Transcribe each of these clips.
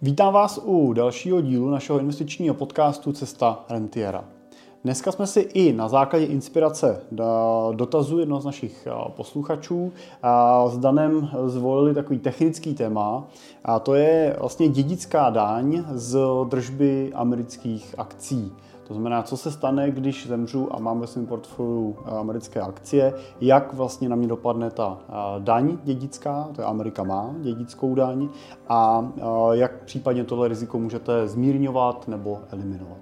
Vítám vás u dalšího dílu našeho investičního podcastu Cesta rentiera. Dneska jsme si i na základě inspirace dotazů jednoho z našich posluchačů s Danem zvolili takový technický téma, a to je vlastně dědická daň z držby amerických akcí. To znamená, co se stane, když zemřu a mám ve svém portfoliu americké akcie, jak vlastně na mě dopadne ta daň dědická, to je Amerika má dědickou daň, a jak případně tohle riziko můžete zmírňovat nebo eliminovat.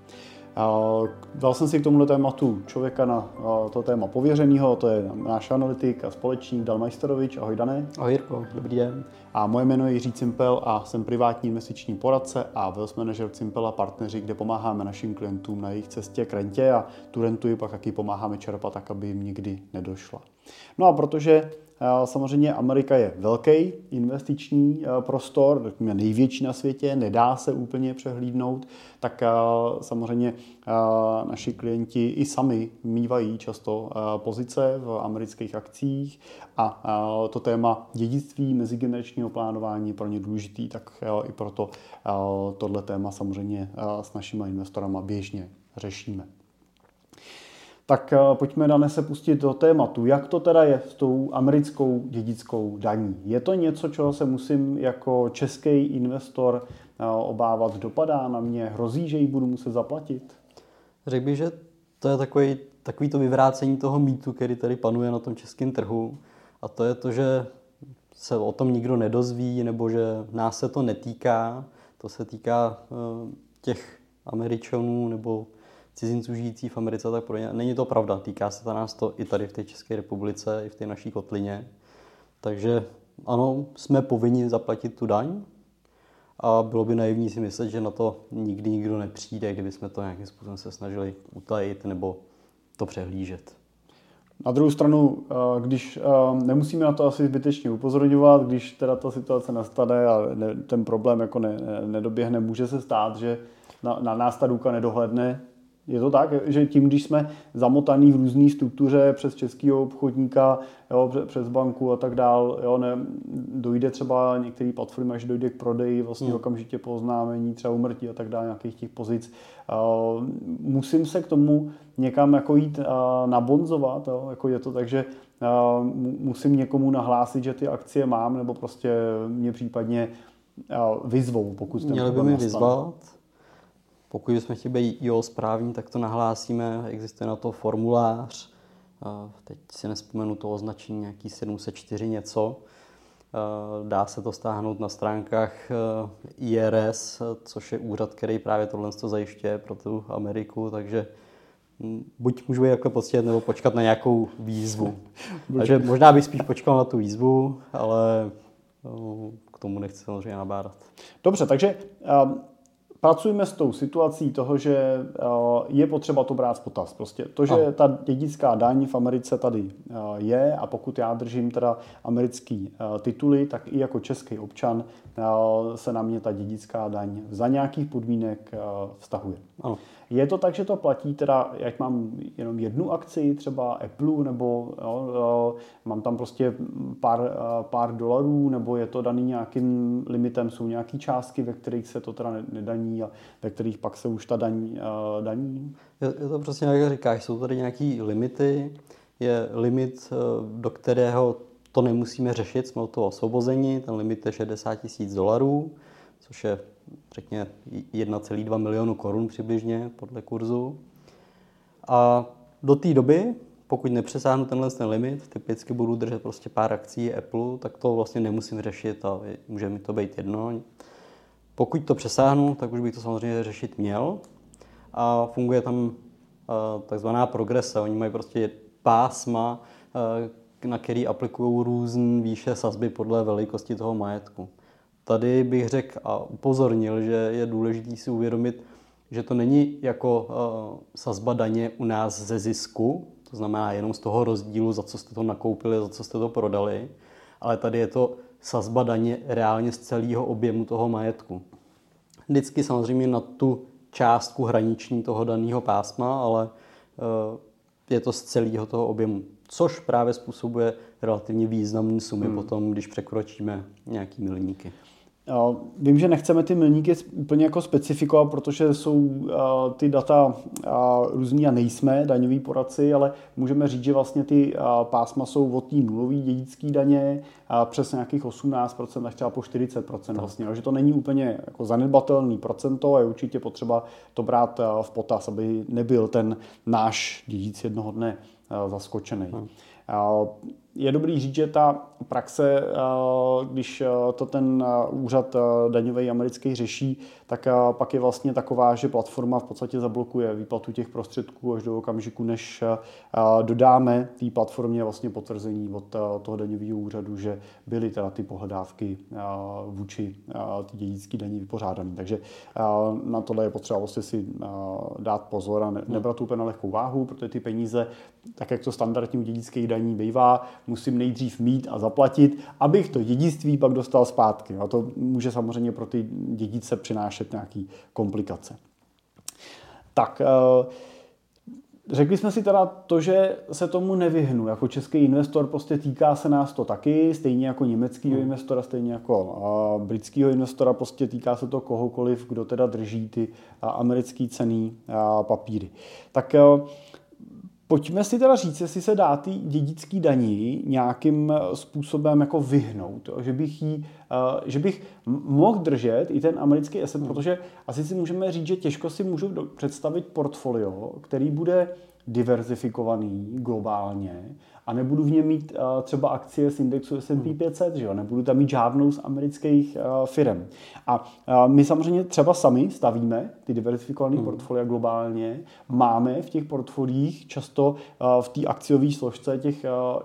Dal jsem si k tomuhle tématu člověka na to téma pověřenýho, to je náš analytik a společník Dan Majstorovič. Ahoj Dane. Ahoj Jirko, dobrý den. A moje jméno je Jiří Cimpel a jsem privátní investiční poradce a wealth manager Cimpel a partneři, kde pomáháme našim klientům na jejich cestě k rentě a tu rentu ji pak taky pomáháme čerpat tak, aby jim nikdy nedošla. No a protože samozřejmě Amerika je velký investiční prostor, největší na světě, nedá se úplně přehlídnout, tak samozřejmě naši klienti i sami mívají často pozice v amerických akcích a to téma dědictví, mezigeneračního plánování je pro ně důležitý, tak i proto tohle téma samozřejmě s našimi investorama běžně řešíme. Tak pojďme, Dane, se pustit do tématu. Jak to teda je s tou americkou dědickou daní? Je to něco, čeho se musím jako český investor obávat? Dopadá na mě? Hrozí, že ji budu muset zaplatit? Řekl bych, že to je takový to vyvrácení toho mýtu, který tady panuje na tom českém trhu. A to je to, že se o tom nikdo nedozví, nebo že nás se to netýká. To se týká těch Američanů nebo cizinců žijící v Americe, tak pro ně není to pravda. Týká se to nás to i tady v té České republice, i v té naší kotlině. Takže ano, jsme povinni zaplatit tu daň a bylo by naivní si myslet, že na to nikdy nikdo nepřijde, kdyby jsme to nějakým způsobem se snažili utajit nebo to přehlížet. Na druhou stranu, když nemusíme na to asi zbytečně upozorňovat, když teda ta situace nastane a ten problém jako nedoběhne, může se stát, že na nás ta ruka nedohledne. Je to tak, že tím, když jsme zamotaný v různé struktuře přes českého obchodníka, jo, přes banku a tak dál, jo, dojde třeba některé platformy, až dojde k prodeji vlastně okamžitě po oznámení, třeba úmrtí a tak dále, nějakých těch pozic. Musím se k tomu někam jako jít nabonzovat, jo, jako je to tak, že musím někomu nahlásit, že ty akcie mám, nebo prostě mě případně vyzvou, pokud ten Měli by mi vyzvat. Pokud bychom chtěli být IO správní, tak to nahlásíme, existuje na to formulář, teď si nespomenu to označení, nějaký 704 něco. Dá se to stáhnout na stránkách IRS, což je úřad, který právě tohle zajišťuje pro tu Ameriku, takže buď můžu být takhle poctivě, nebo počkat na nějakou výzvu. Takže možná bych spíš počkal na tu výzvu, ale k tomu nechci samozřejmě nabádat. Dobře, takže pracujeme s tou situací toho, že je potřeba to brát v potaz. Prostě to, že ta dědická daň v Americe tady je a pokud já držím teda americký tituly, tak i jako český občan se na mě ta dědická daň za nějakých podmínek vztahuje. Ano. Je to tak, že to platí teda, jak mám jenom jednu akci, třeba Apple, nebo mám tam prostě pár dolarů, nebo je to daný nějakým limitem, jsou nějaké částky, ve kterých se to teda nedaní a ve kterých pak se už ta daň daní? Je to přesně jak říkáš, jsou tady nějaké limity, je limit, do kterého to nemusíme řešit, jsme od toho osvobozeni, ten limit je $60,000, což je řekněme 1,2 milionu korun přibližně podle kurzu. A do té doby, pokud nepřesáhnu ten limit, typicky budu držet prostě pár akcí Apple, tak to vlastně nemusím řešit a může mi to být jedno. Pokud to přesáhnu, tak už bych to samozřejmě řešit měl. A funguje tam takzvaná progrese. Oni mají prostě pásma, na který aplikují různé výše sazby podle velikosti toho majetku. Tady bych řekl a upozornil, že je důležité si uvědomit, že to není jako sazba daně u nás ze zisku, to znamená jenom z toho rozdílu, za co jste to nakoupili, za co jste to prodali, ale tady je to sazba daně reálně z celého objemu toho majetku. Vždycky samozřejmě na tu částku hraniční toho daného pásma, ale je to z celého toho objemu, což právě způsobuje relativně významné sumy potom, když překročíme nějaký milníky. Vím, že nechceme ty milníky úplně jako specifikovat, protože jsou ty data různý a nejsme daňoví poradci, ale můžeme říct, že vlastně ty pásma jsou od té nulové dědické daně přes nějakých 18% až třeba po 40% vlastně, že to není úplně jako zanedbatelný procento a je určitě potřeba to brát v potaz, aby nebyl ten náš dědic jednoho dne zaskočený. Je dobrý říct, že ta praxe, když to ten úřad daňový americký řeší, tak pak je vlastně taková, že platforma v podstatě zablokuje výplatu těch prostředků až do okamžiku, než dodáme té platformě vlastně potvrzení od toho daňového úřadu, že byly teda ty pohledávky vůči ty dědické daní vypořádané. Takže na tohle je potřeba vlastně si dát pozor a nebrat úplně na lehkou váhu, protože ty peníze, tak jak to standardní u dědických daní bývá, musím nejdřív mít a zaplatit, abych to dědictví pak dostal zpátky. A to může samozřejmě pro ty dědice přinášet nějaké komplikace. Tak, řekli jsme si teda to, že se tomu nevyhnu. Jako český investor prostě týká se nás to taky, stejně jako německého investora, stejně jako britského investora, prostě týká se to kohokoliv, kdo teda drží ty americké cenné papíry. Tak pojďme si teda říct, jestli se dá ty dědické daní nějakým způsobem jako vyhnout, že bych mohl držet i ten americký asset, protože asi si můžeme říct, že těžko si můžu představit portfolio, který bude diverzifikovaný globálně a nebudu v něm mít třeba akcie z indexu S&P 500, že jo? Nebudu tam mít žádnou z amerických firem. A my samozřejmě třeba sami stavíme ty diverzifikované portfolia globálně. Máme v těch portfoliích často v té akciové složce těch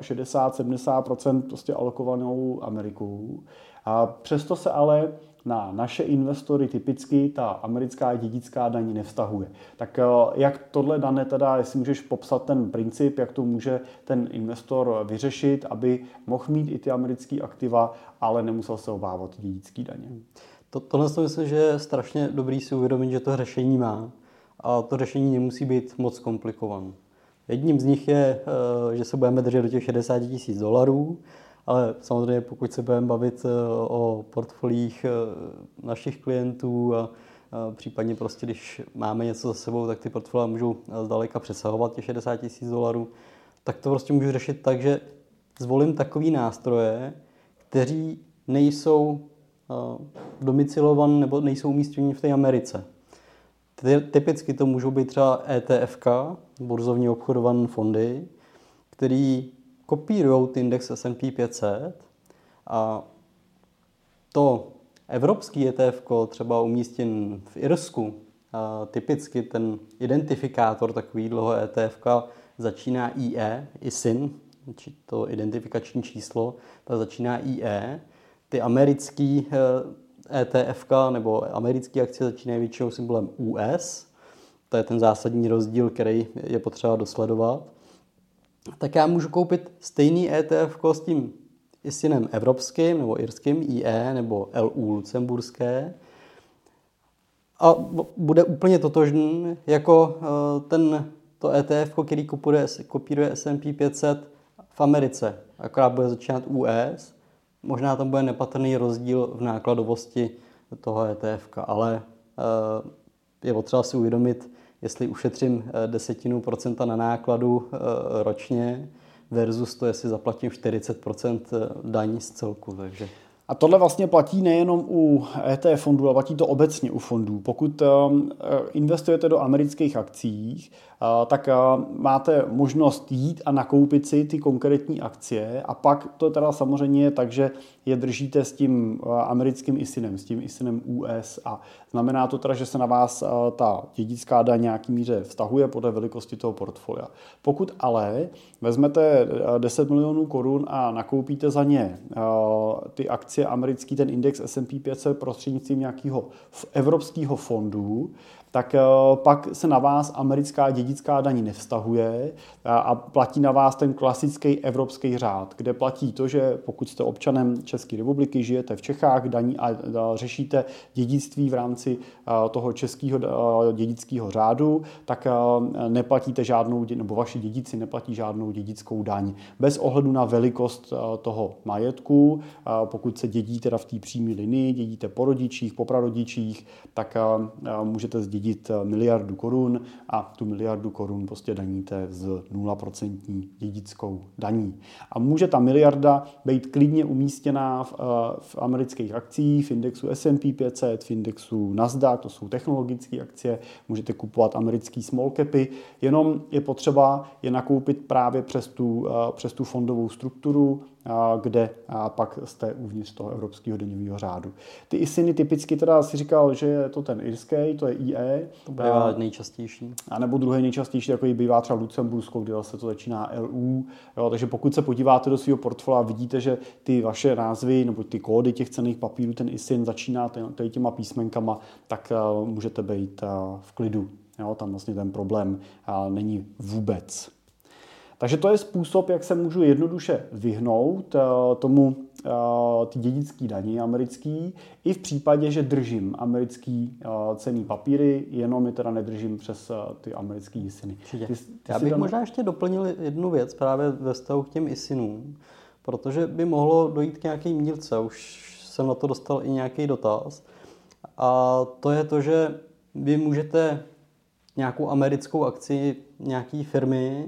60-70% prostě alokovanou Amerikou. A přesto se ale na naše investory typicky ta americká dědická daň nevztahuje. Tak jak tohle dané teda, jestli můžeš popsat ten princip, jak to může ten investor vyřešit, aby mohl mít i ty americké aktiva, ale nemusel se obávat dědické daně? Tohle si myslím, že je strašně dobrý si uvědomit, že to řešení má a to řešení nemusí být moc komplikované. Jedním z nich je, že se budeme držet do těch $60,000, ale samozřejmě pokud se budeme bavit o portfoliích našich klientů a případně prostě, když máme něco za sebou, tak ty portfolia můžou zdaleka přesahovat těch $60,000, tak to prostě můžu řešit tak, že zvolím takový nástroje, kteří nejsou domicilované nebo nejsou umístěni v té Americe. Typicky to můžou být třeba ETFK, burzovně obchodované fondy, který kopírují index S&P 500 a to evropský ETF třeba umístěn v Irsku, a typicky ten identifikátor takovýhleho ETF začíná ISIN, či to identifikační číslo, ta začíná IE. Ty americký ETF nebo americké akcie začínají většinou symbolem US. To je ten zásadní rozdíl, který je potřeba dosledovat. Tak já můžu koupit stejný ETF s tím ISINem evropským nebo irským IE nebo LU lucemburské a bude úplně totožný jako to ETF, který kopíruje S&P 500 v Americe. Akorát bude začínat US. Možná tam bude nepatrný rozdíl v nákladovosti toho ETF, ale je potřeba si uvědomit, jestli ušetřím 0,1% na nákladu ročně versus to, jestli zaplatím 40% daní z celku. Takže. A tohle vlastně platí nejenom u ETF fondů, ale platí to obecně u fondů. Pokud investujete do amerických akcí, tak máte možnost jít a nakoupit si ty konkrétní akcie a pak to teda samozřejmě je tak, že je držíte s tím americkým ISINem, s tím ISINem US a znamená to teda, že se na vás ta dědická daň nějaký míře vztahuje podle velikosti toho portfolia. Pokud ale vezmete 10 milionů korun a nakoupíte za ně ty akcie americký, ten index S&P 500 prostřednictvím nějakého evropského fondu, tak pak se na vás americká dědická daň nevztahuje a platí na vás ten klasický evropský řád, kde platí to, že pokud jste občanem České republiky, žijete v Čechách, daní a řešíte dědictví v rámci toho českého dědického řádu, tak neplatíte žádnou, nebo vaši dědici neplatí žádnou dědickou daň. Bez ohledu na velikost toho majetku, pokud se dědí teda v té přímé linii, dědíte po rodičích, po prarodičích, tak můžete zdědit 1 miliardu korun a tu 1 miliardu korun prostě daníte z 0% dědickou daní. A může ta miliarda být klidně umístěná v amerických akcích, v indexu S&P 500, v indexu Nasdaq, to jsou technologické akcie, můžete kupovat americký small capy, jenom je potřeba je nakoupit právě přes tu fondovou strukturu, kde pak jste uvnitř toho evropského daňového řádu. Ty ISINy typicky teda si říkal, že je to ten irský, to je IE. To bývá nejčastější. A nebo druhý nejčastější, takový bývá třeba Lucembursko, kde se to začíná LU. Jo, takže pokud se podíváte do svého portfolia, vidíte, že ty vaše názvy nebo ty kódy těch cenných papírů, ten ISIN začíná těma písmenkama, tak můžete být v klidu. Jo, tam vlastně ten problém není vůbec. Takže to je způsob, jak se můžu jednoduše vyhnout tomu ty dědické daní americký, i v případě, že držím americký cenný papíry, jenom je teda nedržím přes ty americké ISINy. Já bych možná ještě doplnil jednu věc právě ve vztahu k těm ISINům, protože by mohlo dojít k nějaké mýlce, už jsem na to dostal i nějaký dotaz. A to je to, že vy můžete nějakou americkou akci nějaké firmy,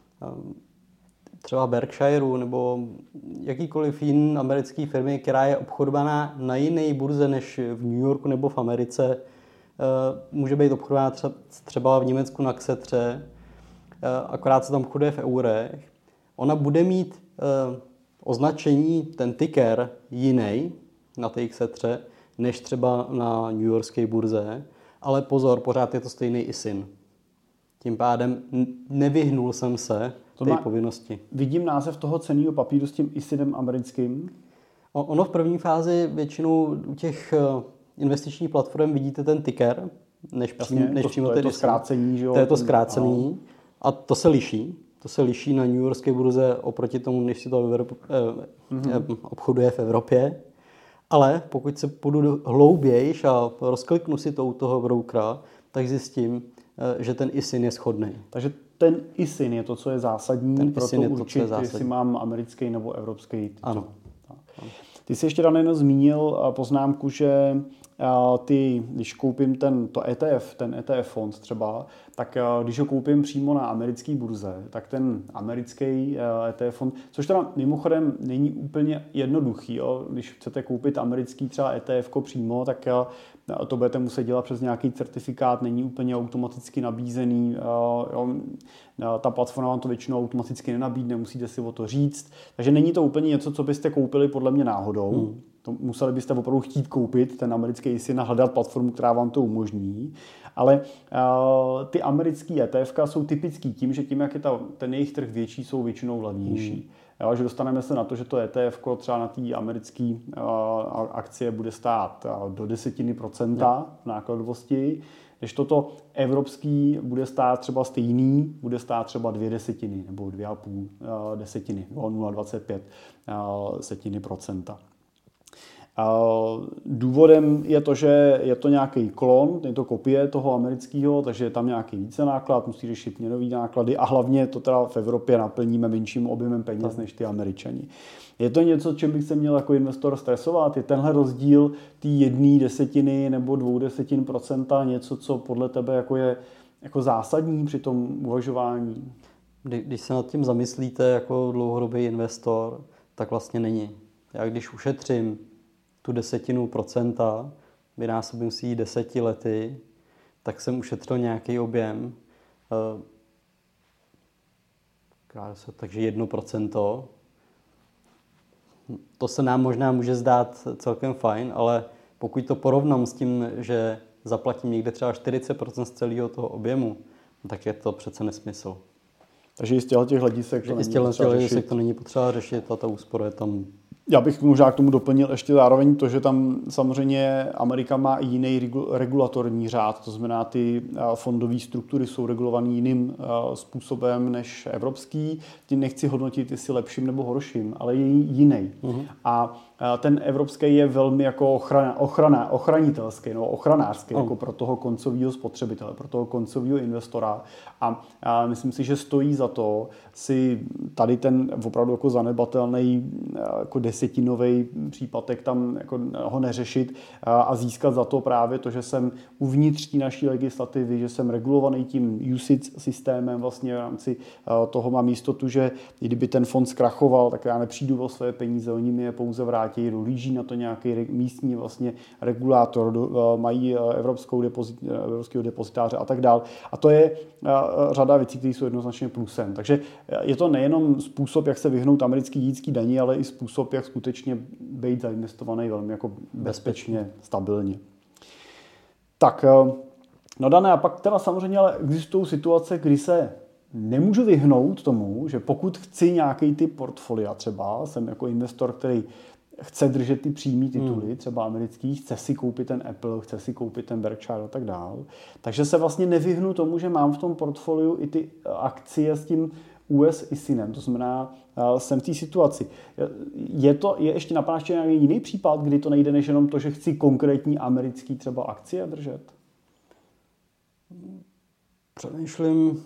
třeba Berkshireu nebo jakýkoliv jiný americké firmy, která je obchodovaná na jiné burze než v New Yorku nebo v Americe, může být obchodovaná třeba v Německu na Xetře, akorát se tam obchoduje v eurech. Ona bude mít označení, ten ticker jiný na té Xetře, než třeba na New Yorkské burze, ale pozor, pořád je to stejný ISIN. Tím pádem nevyhnul jsem se té povinnosti. Vidím název toho cenného papíru s tím ISINem americkým. Ono v první fázi většinou u těch investičních platform vidíte ten ticker, než přímo to je to zkrácení. Že jo? To je to zkrácený a to se liší. To se liší na New Yorkské burze oproti tomu, než si to obchoduje v Evropě. Ale pokud se půjdu hloubějš a rozkliknu si to u toho brokera, tak zjistím, že ten ISIN je shodný. Takže ten ISIN je to, co je zásadní pro to určit, jestli mám americký nebo evropský titul. Ano. Ty jsi ještě Danilo zmínil poznámku, že když koupím ten ETF fond třeba, tak když ho koupím přímo na americké burze, tak ten americký ETF fond, což teda mimochodem není úplně jednoduchý, jo? Když chcete koupit americký třeba ETF přímo, tak to budete muset dělat přes nějaký certifikát, není úplně automaticky nabízený. Jo? Ta platforma vám to většinou automaticky nenabídne, musíte si o to říct. Takže není to úplně něco, co byste koupili podle mě náhodou. To museli byste opravdu chtít koupit ten americký ISIN a hledat platformu, která vám to umožní. Ale ty americké ETF jsou typický tím, že tím, jak je ten jejich trh větší, jsou většinou levnější. Jo, že dostaneme se na to, že to ETF třeba na té americké akcie bude stát do 10% v nákladovosti, když toto evropský bude stát třeba stejný, bude stát třeba 0,2 nebo 0,5 0,25%. Důvodem je to, že je to nějaký klon, je to kopie toho amerického, takže je tam nějaký více náklad, musí řešit měnový náklady a hlavně to teda v Evropě naplníme menším objemem peněz než ty Američani. Je to něco, čím bych se měl jako investor stresovat? Je tenhle rozdíl té 1/10 nebo 0,2% něco, co podle tebe je jako zásadní při tom uvažování? Když se nad tím zamyslíte jako dlouhodobý investor, tak vlastně není. Já když ušetřím tu 0,1%, vynásobím si ji 10 lety, tak jsem ušetřil nějaký objem, takže 1%. To se nám možná může zdát celkem fajn, ale pokud to porovnám s tím, že zaplatím někde třeba 40% z celého toho objemu, tak je to přece nesmysl. Takže z těch hledisek to není potřeba řešit. To není potřeba řešit a ta úspora je tam Já bych možná k tomu doplnil ještě zároveň to, že tam samozřejmě Amerika má i jiný regulatorní řád, to znamená, ty fondové struktury jsou regulované jiným způsobem než evropský. Tím nechci hodnotit, jestli lepším nebo horším, ale je jiný. A ten evropský je velmi jako ochranitelský, ochranářský, jako pro toho koncového spotřebitele, pro toho koncového investora. A myslím si, že stojí za to si tady ten opravdu jako zanedbatelný jako desetinový případek tam jako ho neřešit a získat za to právě to, že jsem uvnitř té naší legislativy, že jsem regulovaný tím UCITS systémem, vlastně v rámci toho mám jistotu, že kdyby ten fond zkrachoval, tak já nepřijdu o své peníze, oni mi je pouze vrátí, dohlíží na to nějaký místní vlastně regulátor, mají evropského depozitáře a tak dál. A to je řada věcí, které jsou jednoznačně plusem. Takže je to nejenom způsob, jak se vyhnout americký dědický daní, ale i způsob, jak skutečně být zainvestovaný velmi jako bezpečně, stabilně. Tak, no dané, a pak teda samozřejmě ale existují situace, kdy se nemůžu vyhnout tomu, že pokud chci nějaký typ portfolia, třeba jsem jako investor, který chce držet ty přímý tituly, třeba americký, chce si koupit ten Apple, chce si koupit ten Berkshire a tak dál. Takže se vlastně nevyhnu tomu, že mám v tom portfoliu i ty akcie s tím US ISINem, to znamená, jsem v té situaci. Je ještě napadá nějaký jiný případ, kdy to nejde než jenom to, že chci konkrétní americký třeba akcie držet? Přemýšlím.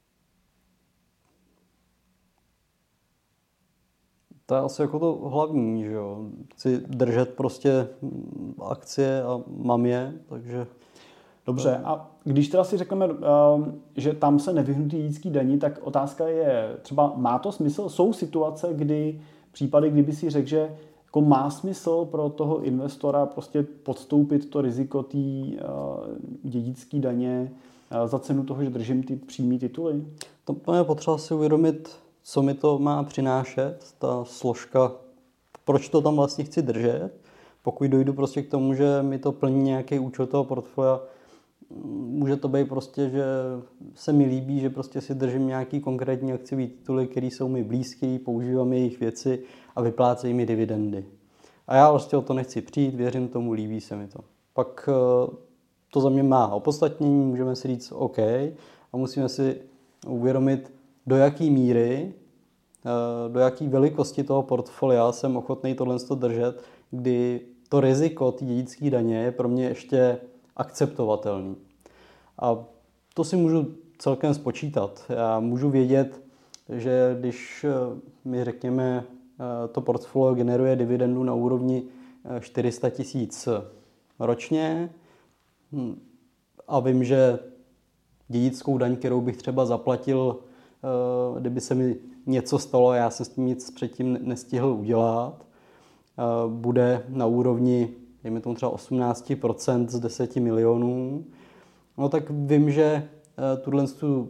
To je asi jako to hlavní, že jo. Chci držet prostě akcie a mám je, takže... Dobře, a když teda si řekneme, že tam se nevyhnutí dědický daní, tak otázka je, třeba má to smysl? Jsou situace, případy, kdyby si řekl, že jako má smysl pro toho investora prostě podstoupit to riziko té dědické daně za cenu toho, že držím ty přímý tituly? To je potřeba si uvědomit, co mi to má přinášet, ta složka, proč to tam vlastně chci držet. Pokud dojdu prostě k tomu, že mi to plní nějaký účel toho portfolia, může to být prostě, že se mi líbí, že prostě si držím nějaký konkrétní akciový tituly, které jsou mi blízké, používám jejich věci a vyplácejí mi dividendy. A já prostě o to nechci přijít, věřím tomu, líbí se mi to. Pak to za mě má opodstatnění, můžeme si říct OK a musíme si uvědomit, do jaké míry, do jaké velikosti toho portfolia jsem ochotný tohle držet, kdy to riziko té dědické daně je pro mě ještě akceptovatelný. A to si můžu celkem spočítat. Já můžu vědět, že když mi řekněme to portfolio generuje dividendu na úrovni 400 000 ročně a vím, že dědickou daň, kterou bych třeba zaplatil, kdyby se mi něco stalo a já jsem s tím nic předtím nestihl udělat, bude na úrovni, dejme tomu třeba 18% z 10 milionů, no tak vím, že tuhle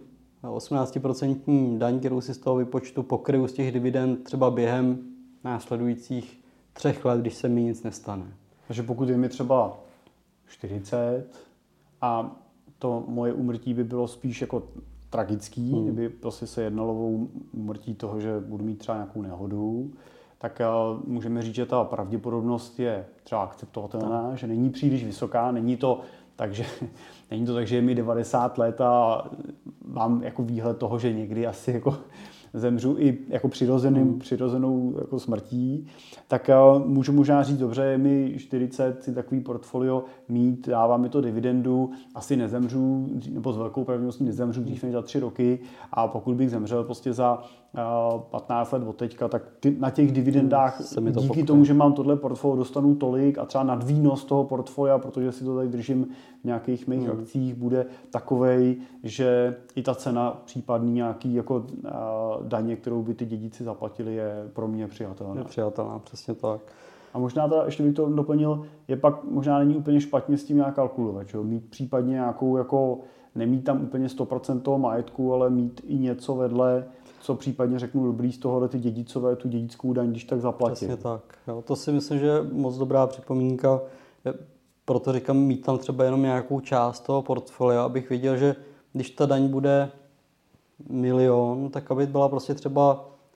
18% daň, kterou si z toho vypočtu, pokryju z těch dividend třeba během následujících 3 let, když se mi nic nestane. Takže pokud je mi třeba 40 a to moje úmrtí by bylo spíš jako tragický, kdyby prostě se jednalo o úmrtí toho, že budu mít třeba nějakou nehodu, tak můžeme říct, že ta pravděpodobnost je třeba akceptovatelná, že není příliš vysoká, není to tak, že je mi 90 let a mám jako výhled toho, že někdy asi jako zemřu i jako přirozenou jako smrtí, tak můžu možná říct, dobře, je mi 40, si takový portfolio mít, dává mi to dividendu, asi nezemřu, nebo s velkou pravděpodobností nezemřu dřív než za 3 roky a pokud bych zemřel prostě za 15 let od teďka, tak na těch dividendách díky tomu, že mám tohle portfolio, dostanu tolik a třeba nadvýnos toho portfolia, protože si to tady držím v nějakých mých akcích, bude takovej, že i ta cena případný nějaký jako daně, kterou by ty dědici zaplatili, je pro mě přijatelná. Je přijatelná, přesně tak. A možná teda, ještě bych to doplnil, je pak možná není úplně špatně s tím nějak kalkulovat, že? Mít případně nějakou, jako nemít tam úplně 100% toho majetku, ale mít i něco vedle, co případně řeknu dobrý z tohohle ty dědicové, tu dědickou daň, když tak zaplatí. Přesně tak. Jo, to si myslím, že je moc dobrá připomínka. Proto říkám, mít tam třeba jenom nějakou část toho portfolia, abych věděl, že když ta daň bude 1 000 000, tak aby byla prostě třeba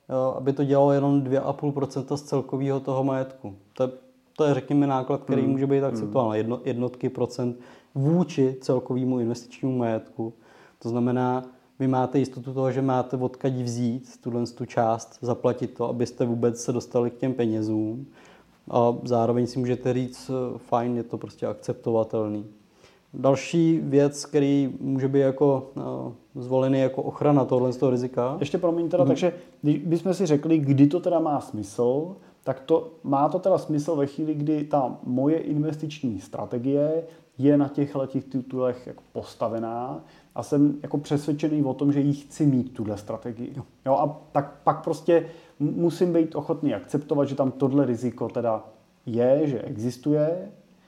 aby to dělalo jenom 2,5% z celkového toho majetku. To je, řekněme, náklad, který může být akceptován. Jednotky procent vůči celkovému investičnímu majetku. To znamená, vy máte jistotu toho, že máte odkud vzít tu část, zaplatit to, abyste vůbec se dostali k těm penězům. A zároveň si můžete říct, fajn, je to prostě akceptovatelný. Další věc, který může být jako zvolený jako ochrana tohle z toho rizika. Ještě promiň teda, takže když bychom si řekli, kdy to teda má smysl, tak má to teda smysl ve chvíli, kdy ta moje investiční strategie je na těchto titulech jako postavená a jsem jako přesvědčený o tom, že ji chci mít, tuhle strategii. Jo, a tak pak prostě musím být ochotný akceptovat, že tam tohle riziko teda je, že existuje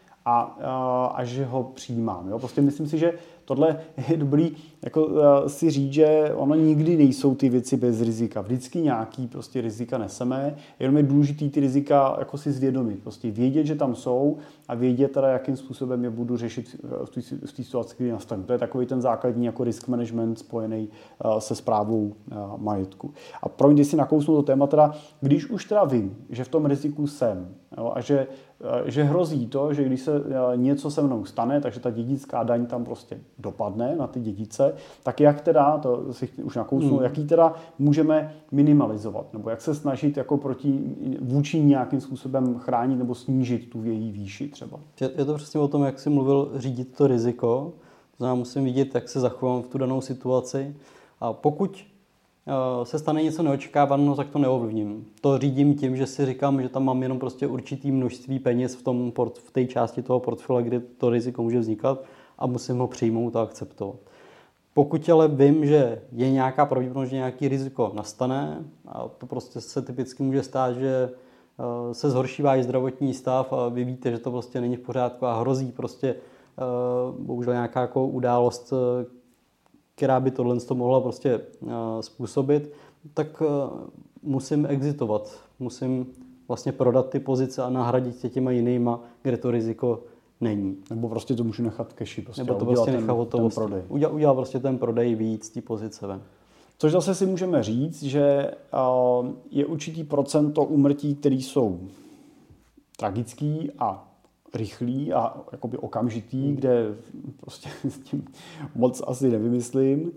a že ho přijímám. Jo? Prostě myslím si, že tohle je dobrý jako si říct, že ono nikdy nejsou ty věci bez rizika. Vždycky nějaký prostě rizika neseme, jenom je důležitý ty rizika jako si zvědomit. Prostě vědět, že tam jsou a vědět teda, jakým způsobem je budu řešit v té situaci, kdy nastane. To je takový ten základní jako risk management spojený se správou majetku. A když si nakousnu to téma, teda, když už teda vím, že v tom riziku jsem, jo, a že hrozí to, že když se něco se mnou stane, takže ta dědická daň tam prostě dopadne na ty dědice, tak jak teda, to si už nakousnu, jaký teda můžeme minimalizovat, nebo jak se snažit jako vůči nějakým způsobem chránit nebo snížit tu její výši třeba. Je to přesně o tom, jak jsi mluvil, řídit to riziko, to znamená, musím vidět, jak se zachovám v tu danou situaci a pokud se stane něco neočekávaného, tak to neovlivním. To řídím tím, že si říkám, že tam mám jenom prostě určitý množství peněz v té části toho portfolia, kde to riziko může vznikat a musím ho přijmout a akceptovat. Pokud ale vím, že je nějaká pravděpodobnost, že nějaký riziko nastane a to prostě se typicky může stát, že se zhorší váš zdravotní stav a vy víte, že to prostě není v pořádku a hrozí prostě bohužel nějaká jako událost, která by tohle mohla prostě způsobit, tak musím exitovat. Musím vlastně prodat ty pozice a nahradit je těma jinýma, kde to riziko není. Nebo prostě to můžu nechat cashi. Prostě nebo to prostě nechat ten prodej. Udělat prostě ten prodej víc, ty pozice ven. Což zase si můžeme říct, že je určitý procento úmrtí, které jsou tragický a rychlý a jakoby okamžitý, kde prostě s tím moc asi nevymyslím,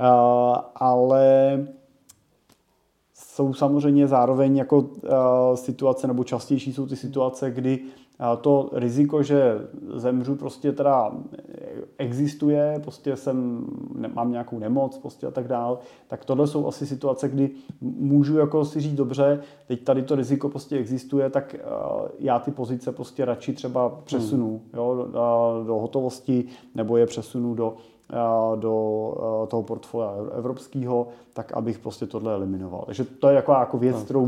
ale jsou samozřejmě zároveň jako situace, nebo častější jsou ty situace, kdy to riziko, že zemřu, prostě teda existuje, prostě mám nějakou nemoc prostě a tak dál, tak tohle jsou asi situace, kdy můžu jako si říct dobře, teď tady to riziko prostě existuje, tak já ty pozice prostě radši třeba přesunu do hotovosti, nebo je přesunu do toho portfolia evropského, tak abych prostě tohle eliminoval. Takže to je jako věc, kterou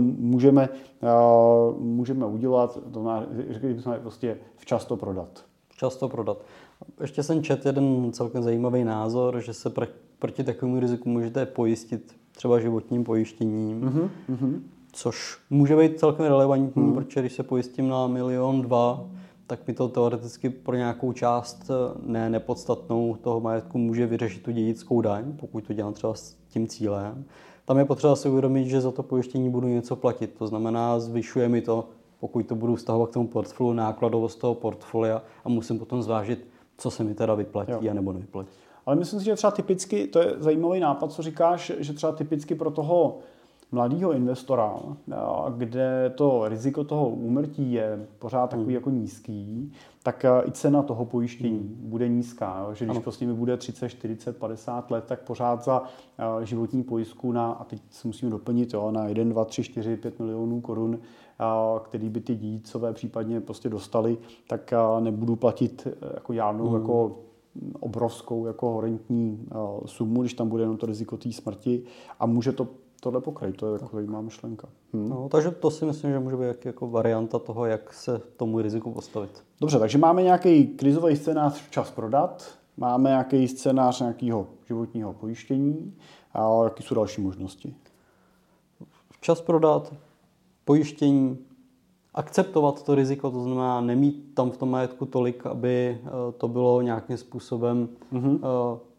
můžeme udělat, to znamená, že bychom prostě včas to prodat. Včas to prodat. Ještě jsem četl jeden celkem zajímavý názor, že se proti takovému riziku můžete pojistit třeba životním pojištěním, což může být celkem relevantní, protože když se pojistím na 1,2 milionu, tak mi to teoreticky pro nějakou část nepodstatnou toho majetku může vyřešit tu dědickou daň, pokud to dělám třeba s tím cílem. Tam je potřeba si uvědomit, že za to pojištění budu něco platit. To znamená, zvyšuje mi to, pokud to budu vztahovat k tomu portfoliu, nákladovost toho portfolia a musím potom zvážit, co se mi teda vyplatí a nebo nevyplatí. Ale myslím si, že třeba typicky, to je zajímavý nápad, co říkáš, že třeba typicky pro toho mladého investora, kde to riziko toho úmrtí je pořád takový jako nízký, tak i cena toho pojištění bude nízká. Že když prostě mi bude 30, 40, 50 let, tak pořád za životní pojistku a teď si musíme doplnit na 1, 2, 3, 4, 5 milionů korun, který by ty dědicové případně prostě dostali, tak nebudu platit jako žádnou jako obrovskou jako horentní sumu, když tam bude jenom to riziko té smrti a může tohle pokrajit, to je jako zajímavá myšlenka. No, takže to si myslím, že může být jako varianta toho, jak se tomu riziku postavit. Dobře, takže máme nějaký krizový scénář včas prodat, máme nějaký scénář nějakého životního pojištění a jaké jsou další možnosti? Včas prodat, pojištění, akceptovat to riziko, to znamená nemít tam v tom majetku tolik, aby to bylo nějakým způsobem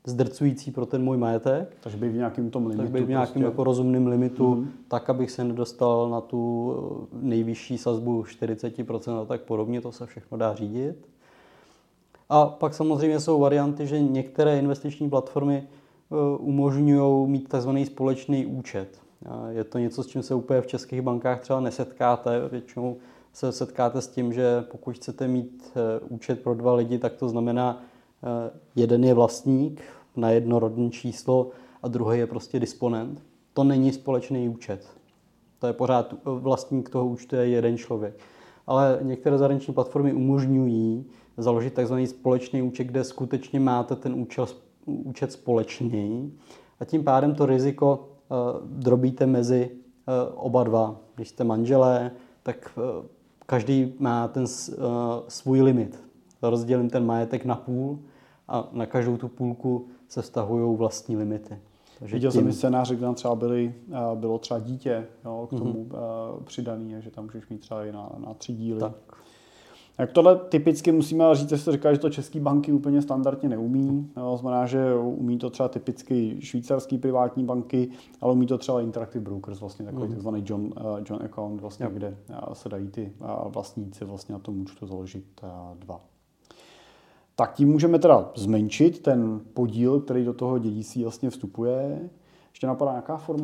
zdrcující pro ten můj majetek. Takže být v nějakém tom limitu. Tak být v nějakém jako rozumném limitu, tak, abych se nedostal na tu nejvyšší sazbu 40% a tak podobně, to se všechno dá řídit. A pak samozřejmě jsou varianty, že některé investiční platformy umožňují mít takzvaný společný účet. Je to něco, s čím se úplně v českých bankách třeba nesetkáte. Většinou se setkáte s tím, že pokud chcete mít účet pro 2 lidi, tak to znamená, jeden je vlastník na jedno rodné číslo a druhý je prostě disponent. To není společný účet. To je pořád vlastník toho účtu je jeden člověk. Ale některé zahraniční platformy umožňují založit takzvaný společný účet, kde skutečně máte ten účet společný a tím pádem to riziko drobíte mezi oba dva. Když jste manželé, tak každý má ten svůj limit. Rozdělím ten majetek na půl a na každou tu půlku se vztahují vlastní limity. Viděl jsem i scénáře, kde tam třeba bylo třeba dítě, jo, k tomu přidaný, že tam můžeš mít třeba i na 3 díly. Tak. Jak tohle typicky musíme říct, že se říká, že to české banky úplně standardně neumí. Jo, znamená, že umí to třeba typicky švýcarský privátní banky, ale umí to třeba Interactive Brokers, vlastně takový takzvaný John account, vlastně, kde se dají ty vlastníci vlastně na tom účtu založit 2. Tak tím můžeme teda zmenšit ten podíl, který do toho dědictví vlastně vstupuje. Ještě napadá nějaká forma?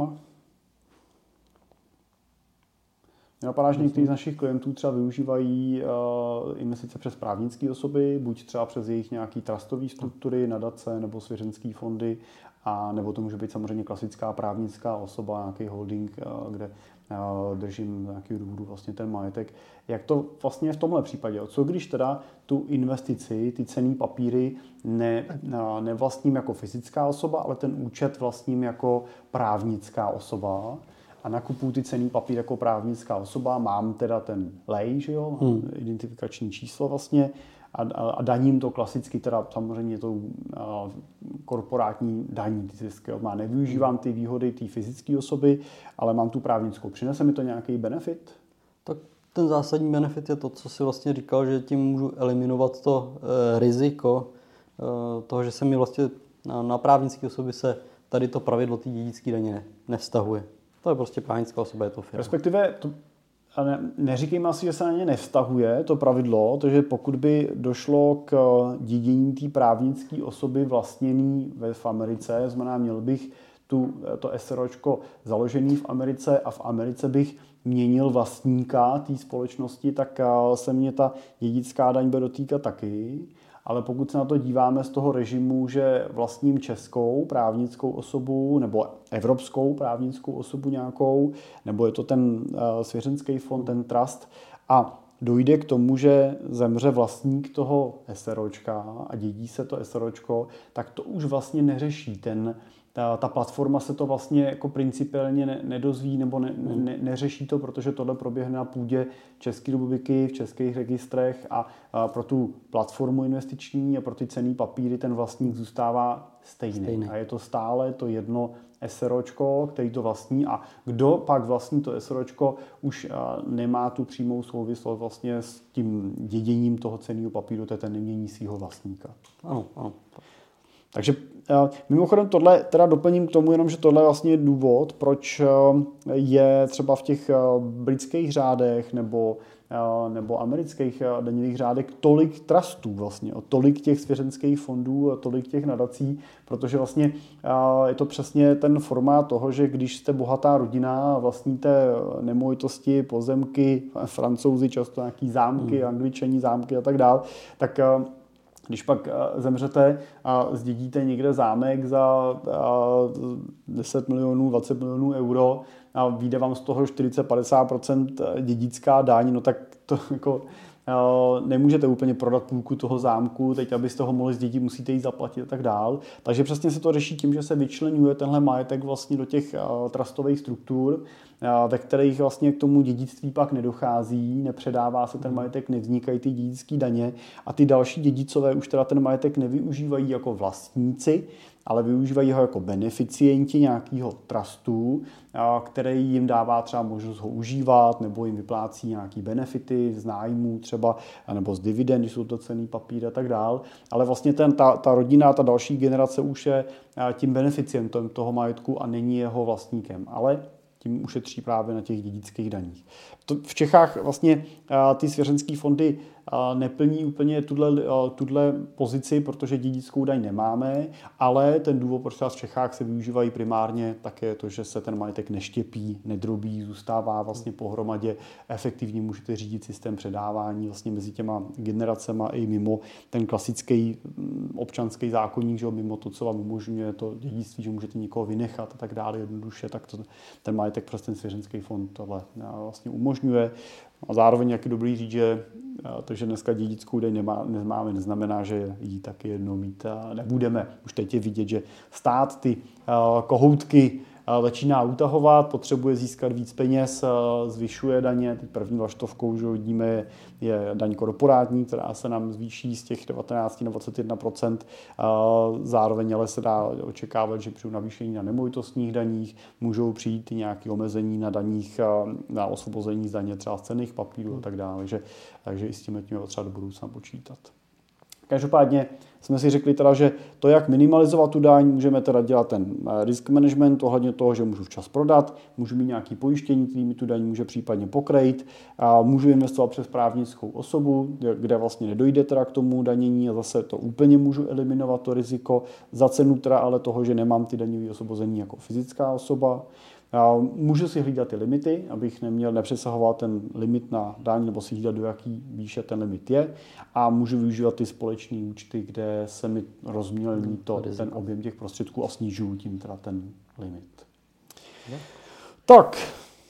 Mě napadá, že někteří z našich klientů třeba využívají investice přes právnické osoby, buď třeba přes jejich nějaký trustové struktury, nadace nebo svěřenské fondy, a nebo to může být samozřejmě klasická právnická osoba, nějaký holding, kde držím z nějakého důvodu vlastně ten majetek. Jak to vlastně je v tomhle případě? Co když teda tu investici, ty cenné papíry nevlastním jako fyzická osoba, ale ten účet vlastním jako právnická osoba a nakupuju ty cenný papír jako právnická osoba, mám teda ten lej, že jo, mám identifikační číslo vlastně a daním to klasicky, teda samozřejmě tou korporátní daní ty zisky. Nevyužívám ty výhody té fyzické osoby, ale mám tu právnickou. Přinese mi to nějaký benefit? Tak ten zásadní benefit je to, co si vlastně říkal, že tím můžu eliminovat to riziko toho, že se mi vlastně na právnické osoby se tady to pravidlo té dědické daně nevztahuje. To je prostě právnická osoba, je to firma. Respektive, neříkejme asi, že se na ně nevztahuje to pravidlo, takže pokud by došlo k dědění té právnické osoby vlastněný v Americe, znamená, měl bych to SROčko založený v Americe a v Americe bych měnil vlastníka té společnosti, tak se mě ta dědická daň bude dotýkat taky. Ale pokud se na to díváme z toho režimu, že vlastním českou právnickou osobu nebo evropskou právnickou osobu nějakou, nebo je to ten svěřenský fond, ten trust, a dojde k tomu, že zemře vlastník toho SROčka a dědí se to SROčko, tak to už vlastně neřeší ta platforma se to vlastně jako principiálně nedozví nebo neřeší to, protože tohle proběhne na půdě České republiky v českých registrech a pro tu platformu investiční a pro ty cenné papíry ten vlastník zůstává stejný. A je to stále to jedno SROčko, který to vlastní, a kdo pak vlastní to SROčko, už nemá tu přímou souvislost vlastně s tím děděním toho cenného papíru, to je ten nemění svého vlastníka. Ano. Takže mimochodem tohle teda doplním k tomu jenom, že tohle vlastně je důvod, proč je třeba v těch britských řádech nebo amerických daňových řádech tolik trustů vlastně, tolik těch svěřenských fondů, tolik těch nadací, protože vlastně je to přesně ten formát toho, že když jste bohatá rodina, vlastníte nemovitosti, pozemky, Francouzi často nějaký zámky, Angličani zámky a tak dál, tak když pak zemřete a zdědíte někde zámek za 10 milionů, 20 milionů euro a vyjde vám z toho 40-50% dědická daň, no tak to jako nemůžete úplně prodat půlku toho zámku, teď abyste ho mohli zdědit, musíte jít zaplatit a tak dál. Takže přesně se to řeší tím, že se vyčleňuje tenhle majetek vlastně do těch trustových struktur, ve kterých vlastně k tomu dědictví pak nedochází, nepředává se ten majetek, nevznikají ty dědické daně a ty další dědicové už teda ten majetek nevyužívají jako vlastníci, ale využívají ho jako beneficienti nějakého trustu, který jim dává třeba možnost ho užívat, nebo jim vyplácí nějaký benefity z nájmu třeba, nebo z dividend, když jsou to cenný papíry a tak dál. Ale vlastně ta rodina, ta další generace už je tím beneficientem toho majetku a není jeho vlastníkem. Ale tím ušetří právě na těch dědických daních. V Čechách vlastně ty svěřenské fondy neplní úplně tuhle pozici, protože dědickou daň nemáme, ale ten důvod, proč v Čechách se využívají primárně, tak je to, že se ten majetek neštěpí, nedrobí, zůstává vlastně pohromadě. Efektivně můžete řídit systém předávání vlastně mezi těma generacema i mimo ten klasický občanský zákoník, že mimo to, co vám umožňuje to dědictví, že můžete někoho vynechat a tak dále jednoduše, tak ten majetek přes ten svěřenský fond tohle vlastně umožňuje. A zároveň jak je dobrý říct, že to, že dneska dědickou daň nemáme, neznamená, že ji taky jednou mít nebudeme. Už teď je vidět, že stát ty kohoutky začíná utahovat, potřebuje získat víc peněz, zvyšuje daně. Teď první vlaštovkou, že vidíme, je daň korporátní, která se nám zvýší z těch 19 na 21%. Zároveň ale se dá očekávat, že při navýšení na nemovitostních daních můžou přijít i nějaké omezení na daních, na osvobození z daně třeba z cenných papírů a tak dále. Takže i s tím je třeba do budoucna počítat. Každopádně jsme si řekli teda, že to, jak minimalizovat tu daň, můžeme teda dělat ten risk management ohledně toho, že můžu včas prodat, můžu mít nějaké pojištění, který mi tu daň může případně pokrýt, a můžu investovat přes právnickou osobu, kde vlastně nedojde teda k tomu danění a zase to úplně můžu eliminovat to riziko za cenu teda ale toho, že nemám ty daňové osvobození jako fyzická osoba. Můžu si hlídat ty limity, abych nepřesahoval ten limit na daň, nebo si hlídat, do jaký výše ten limit je. A můžu využívat ty společné účty, kde se mi rozmělní ten objem těch prostředků a snižuju tím teda ten limit. Tak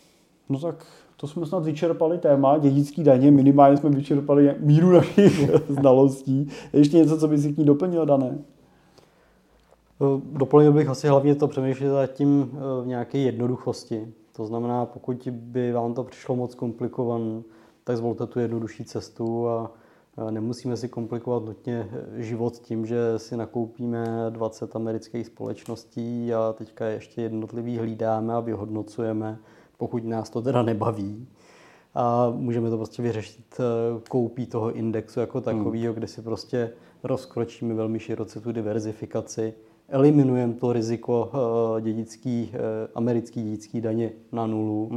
to jsme snad vyčerpali téma dědický daně, minimálně jsme vyčerpali míru našich znalostí. Ještě něco, co by si k ní doplnil, Dané? Doplnil bych asi hlavně to přemýšlet zatím v nějaké jednoduchosti. To znamená, pokud by vám to přišlo moc komplikované, tak zvolte tu jednodušší cestu a nemusíme si komplikovat nutně život tím, že si nakoupíme 20 amerických společností a teďka ještě jednotlivý hlídáme a vyhodnocujeme, pokud nás to teda nebaví. A můžeme to prostě vyřešit koupí toho indexu jako takového, kde si prostě rozkročíme velmi široce tu diverzifikaci, eliminujeme to riziko americký dědický daně na nulu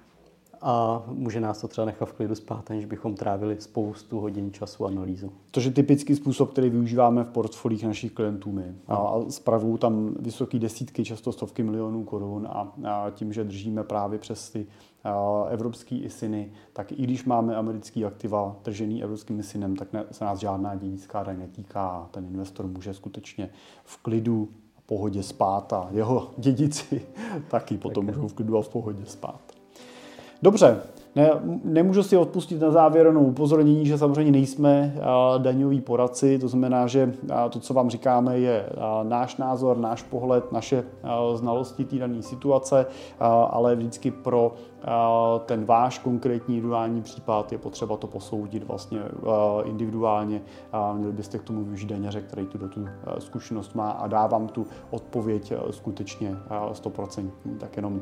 a může nás to třeba nechat v klidu spát, aniž bychom trávili spoustu hodin času analýzou. To je typický způsob, který využíváme v portfoliích našich klientů my. A spravují tam vysoké desítky, často stovky milionů korun a tím, že držíme právě přes ty evropský ISINy, tak i když máme americký aktiva držený evropským ISINem, tak se nás žádná dědická daň netýká. Ten investor může skutečně v klidu a pohodě spát a jeho dědici taky potom můžou v klidu a v pohodě spát. Dobře, nemůžu si odpustit na závěr jenom upozornění, že samozřejmě nejsme daňoví poradci, to znamená, že to, co vám říkáme, je náš názor, náš pohled, naše znalosti té dané situace, ale vždycky pro ten váš konkrétní individuální případ je potřeba to posoudit vlastně individuálně. Měli byste k tomu využít daňaře, který tu zkušenost má a dá vám tu odpověď skutečně 100%. Tak jenom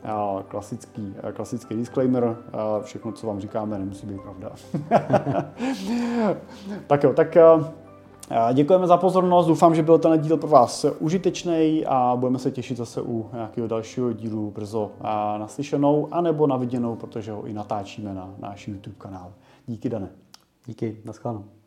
klasický disclaimer, všechno, co vám říkáme, nemusí být pravda. Tak jo, tak děkujeme za pozornost, doufám, že byl ten díl pro vás užitečný a budeme se těšit zase u nějakého dalšího dílu brzo naslyšenou, anebo na viděnou, protože ho i natáčíme na náš YouTube kanál. Díky, Dane. Díky, nashledanou.